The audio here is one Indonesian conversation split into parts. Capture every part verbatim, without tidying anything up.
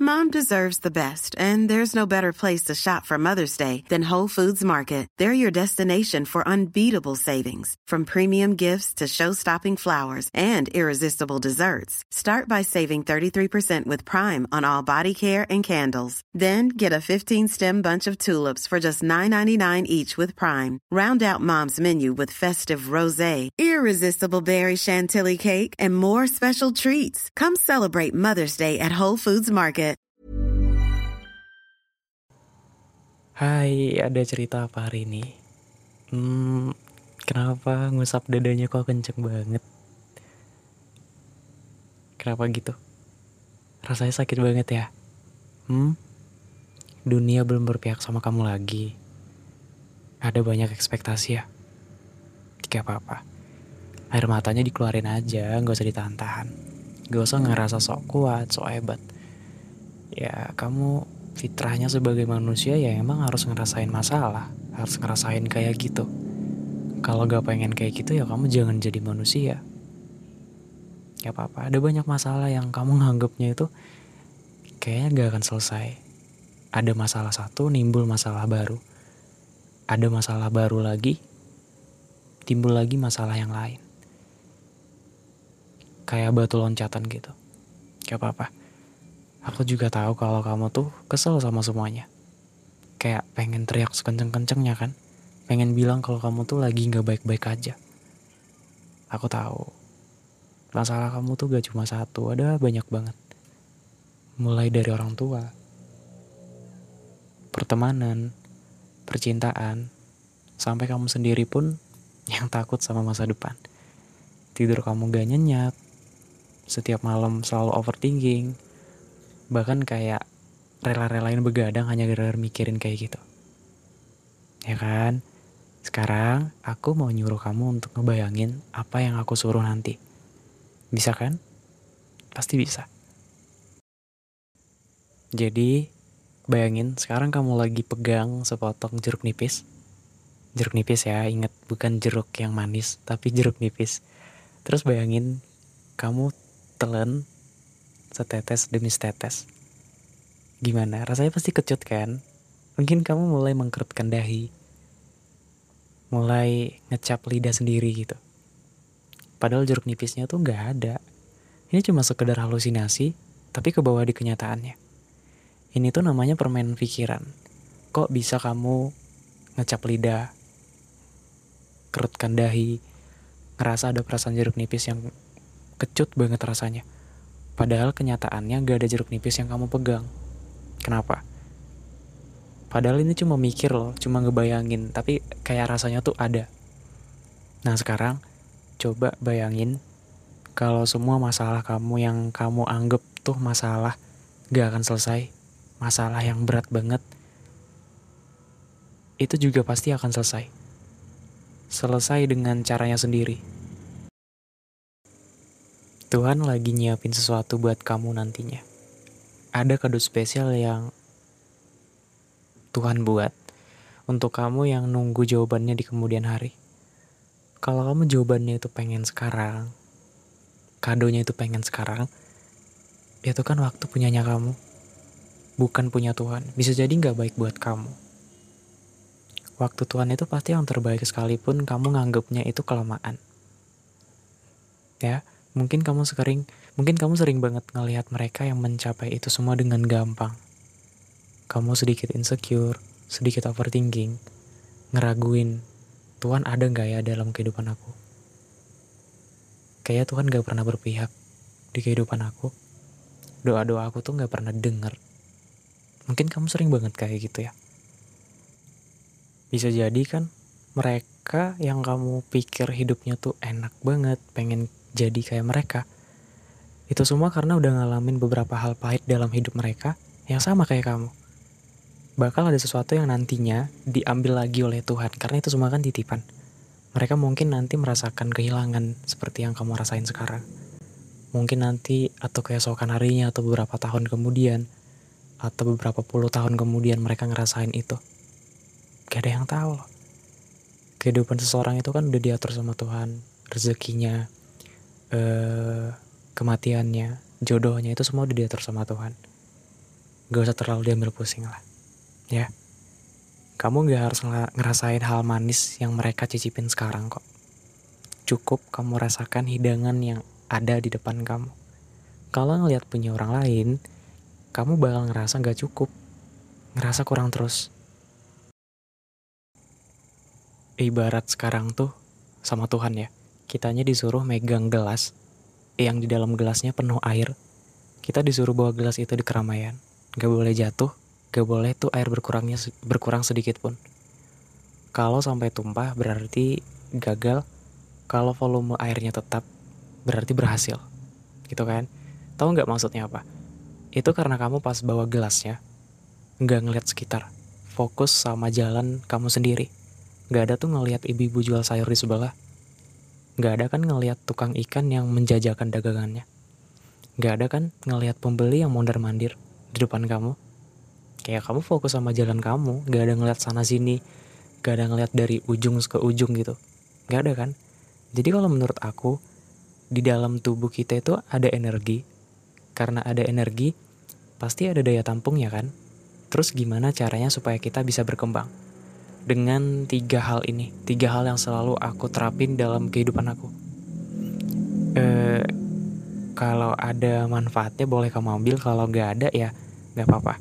Mom deserves the best, and there's no better place to shop for Mother's Day than Whole Foods Market. They're your destination for unbeatable savings, from premium gifts to show-stopping flowers and irresistible desserts. Start by saving thirty-three percent with Prime on all body care and candles. Then get a fifteen-stem bunch of tulips for just nine ninety-nine each with Prime. Round out Mom's menu with festive rosé, irresistible berry chantilly cake, and more special treats. Come celebrate Mother's Day at Whole Foods Market. Hai, ada cerita apa hari ini? Hmm, kenapa ngusap dadanya kok kenceng banget? Kenapa gitu? Rasanya sakit banget ya? Hmm? Dunia belum berpihak sama kamu lagi. Ada banyak ekspektasi ya? Gak apa-apa. Air matanya dikeluarin aja, gak usah ditahan-tahan. Gak usah ngerasa sok kuat, sok hebat. Ya, kamu fitrahnya sebagai manusia ya emang harus ngerasain masalah, harus ngerasain kayak gitu. Kalau gak pengen kayak gitu ya kamu jangan jadi manusia. Gak apa-apa, ada banyak masalah yang kamu nganggapnya itu kayaknya gak akan selesai. Ada masalah satu, nimbul masalah baru. Ada masalah baru lagi, timbul lagi masalah yang lain. Kayak batu loncatan gitu. Gak apa-apa. Aku juga tahu kalau kamu tuh kesel sama semuanya. Kayak pengen teriak sekenceng-kencengnya kan. Pengen bilang kalau kamu tuh lagi gak baik-baik aja. Aku tahu. Masalah kamu tuh gak cuma satu, ada banyak banget. Mulai dari orang tua, pertemanan, percintaan, sampai kamu sendiri pun yang takut sama masa depan. Tidur kamu gak nyenyak, setiap malam selalu overthinking, bahkan kayak rela-relain begadang hanya gara-gara mikirin kayak gitu. Ya kan? Sekarang aku mau nyuruh kamu untuk ngebayangin apa yang aku suruh nanti. Bisa kan? Pasti bisa. Jadi, bayangin sekarang kamu lagi pegang sepotong jeruk nipis. Jeruk nipis ya, ingat bukan jeruk yang manis, tapi jeruk nipis. Terus bayangin kamu telan setetes demi setetes. Gimana? Rasanya pasti kecut kan? Mungkin kamu mulai mengkerutkan dahi. Mulai ngecap lidah sendiri gitu. Padahal jeruk nipisnya tuh gak ada. Ini cuma sekedar halusinasi, tapi kebawa di kenyataannya. Ini tuh namanya permainan pikiran. Kok bisa kamu ngecap lidah, kerutkan dahi, ngerasa ada perasaan jeruk nipis yang kecut banget rasanya. Padahal kenyataannya gak ada jeruk nipis yang kamu pegang. Kenapa? Padahal ini cuma mikir loh, cuma ngebayangin, tapi kayak rasanya tuh ada. Nah sekarang, coba bayangin kalau semua masalah kamu yang kamu anggap tuh masalah gak akan selesai, masalah yang berat banget, itu juga pasti akan selesai. Selesai dengan caranya sendiri. Tuhan lagi nyiapin sesuatu buat kamu nantinya. Ada kado spesial yang Tuhan buat untuk kamu yang nunggu jawabannya di kemudian hari. Kalau kamu jawabannya itu pengen sekarang, kadonya itu pengen sekarang, itu kan waktu punyanya kamu, bukan punya Tuhan. Bisa jadi gak baik buat kamu. Waktu Tuhan itu pasti yang terbaik sekalipun kamu nganggapnya itu kelamaan. Ya. Mungkin kamu sering, mungkin kamu sering banget ngelihat mereka yang mencapai itu semua dengan gampang. Kamu sedikit insecure, sedikit overthinking, ngeraguin, Tuhan ada gak ya dalam kehidupan aku? Kayaknya Tuhan gak pernah berpihak di kehidupan aku. Doa-doa aku tuh gak pernah denger. Mungkin kamu sering banget kayak gitu ya. Bisa jadi kan mereka yang kamu pikir hidupnya tuh enak banget, pengen jadi kayak mereka, itu semua karena udah ngalamin beberapa hal pahit dalam hidup mereka yang sama kayak kamu. Bakal ada sesuatu yang nantinya diambil lagi oleh Tuhan, karena itu semua kan titipan. Mereka mungkin nanti merasakan kehilangan seperti yang kamu rasain sekarang. Mungkin nanti atau keesokan harinya atau beberapa tahun kemudian atau beberapa puluh tahun kemudian mereka ngerasain itu. Gak ada yang tahu loh. Kehidupan seseorang itu kan udah diatur sama Tuhan, rezekinya, eh, kematiannya, jodohnya itu semua udah diatur sama Tuhan. gak usah terlalu diambil pusing lah. Ya, kamu gak harus ngerasain hal manis yang mereka cicipin sekarang kok. Cukup kamu rasakan hidangan yang ada di depan kamu. Kalau ngelihat punya orang lain, kamu bakal ngerasa gak cukup, ngerasa kurang terus. Ibarat sekarang tuh sama Tuhan ya, kitanya disuruh megang gelas yang di dalam gelasnya penuh air. Kita disuruh bawa gelas itu di keramaian, gak boleh jatuh, gak boleh tuh air berkurangnya berkurang sedikit pun. Kalau sampai tumpah berarti gagal. Kalau volume airnya tetap berarti berhasil, gitu kan? Tahu nggak maksudnya apa? Itu karena kamu pas bawa gelasnya nggak ngeliat sekitar, fokus sama jalan kamu sendiri. Nggak ada tuh ngeliat ibu-ibu jual sayur di sebelah. Nggak ada kan ngeliat tukang ikan yang menjajakan dagangannya. Nggak ada kan ngeliat pembeli yang mondar-mandir di depan kamu. Kayak kamu fokus sama jalan kamu, nggak ada ngeliat sana sini, nggak ada ngeliat dari ujung ke ujung gitu. Nggak ada kan? Jadi kalau menurut aku, di dalam tubuh kita itu ada energi. Karena ada energi, pasti ada daya tampungnya kan? Terus gimana caranya supaya kita bisa berkembang? Dengan tiga hal ini, tiga hal yang selalu aku terapin dalam kehidupan aku. Eh, kalau ada manfaatnya boleh kamu ambil, kalau nggak ada ya nggak apa-apa.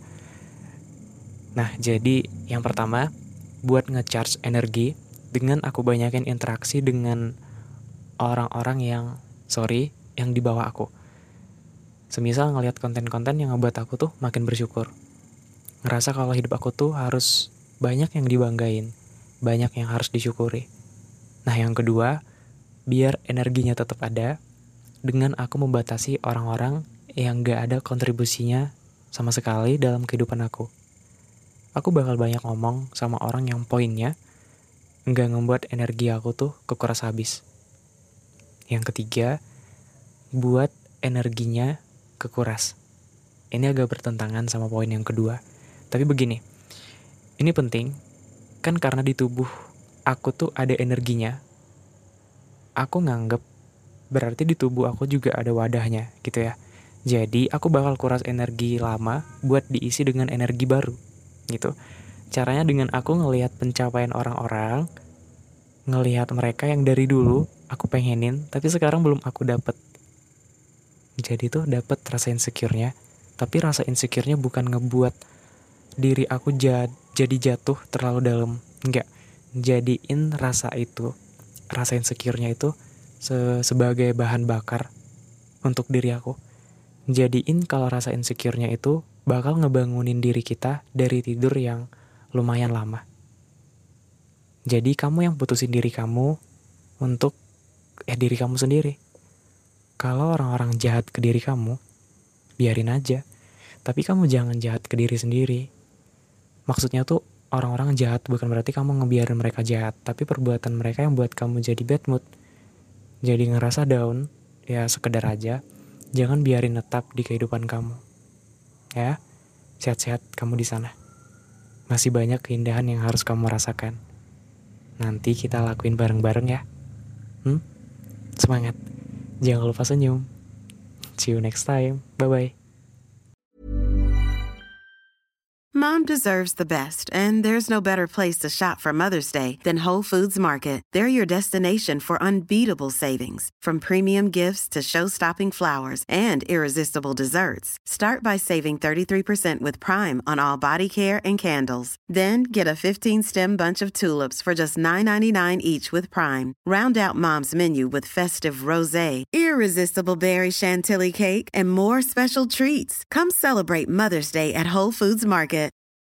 Nah, jadi yang pertama, buat nge-charge energi dengan aku banyakin interaksi dengan orang-orang yang, sorry, yang di bawah aku. Semisal ngelihat konten-konten yang ngebuat aku tuh makin bersyukur. Ngerasa kalau hidup aku tuh harus banyak yang dibanggain, banyak yang harus disyukuri. Nah yang kedua, biar energinya tetap ada, dengan aku membatasi orang-orang yang gak ada kontribusinya sama sekali dalam kehidupan aku. Aku bakal banyak ngomong sama orang yang poinnya gak ngebuat energi aku tuh kekuras habis. Yang ketiga, buat energinya kekuras. Ini agak bertentangan sama poin yang kedua. Tapi begini, ini penting, kan karena di tubuh aku tuh ada energinya. Aku nganggep berarti di tubuh aku juga ada wadahnya gitu ya. Jadi aku bakal kuras energi lama buat diisi dengan energi baru gitu. Caranya dengan aku ngelihat pencapaian orang-orang, ngelihat mereka yang dari dulu aku pengenin, tapi sekarang belum aku dapet. Jadi tuh dapet rasa insecure-nya, tapi rasa insecure-nya bukan ngebuat diri aku jad, jadi jatuh terlalu dalam. Enggak, jadiin rasa itu, rasa insecure-nya itu se- sebagai bahan bakar untuk diri aku. Jadiin kalau rasa insecure-nya itu bakal ngebangunin diri kita dari tidur yang lumayan lama. Jadi kamu yang putusin diri kamu untuk eh diri kamu sendiri. Kalau orang-orang jahat ke diri kamu, biarin aja. Tapi kamu jangan jahat ke diri sendiri. Maksudnya tuh orang-orang jahat bukan berarti kamu ngebiarin mereka jahat, tapi perbuatan mereka yang buat kamu jadi bad mood, jadi ngerasa down, ya sekedar aja. Jangan biarin netap di kehidupan kamu. Ya, sehat-sehat kamu di sana. Masih banyak keindahan yang harus kamu rasakan. Nanti kita lakuin bareng-bareng ya. Hmm? Semangat. Jangan lupa senyum. See you next time. Bye-bye. Mom deserves the best, and there's no better place to shop for Mother's Day than Whole Foods Market. They're your destination for unbeatable savings, from premium gifts to show-stopping flowers and irresistible desserts. Start by saving thirty-three percent with Prime on all body care and candles. Then get a fifteen-stem bunch of tulips for just nine ninety-nine each with Prime. Round out Mom's menu with festive rosé, irresistible berry chantilly cake, and more special treats. Come celebrate Mother's Day at Whole Foods Market.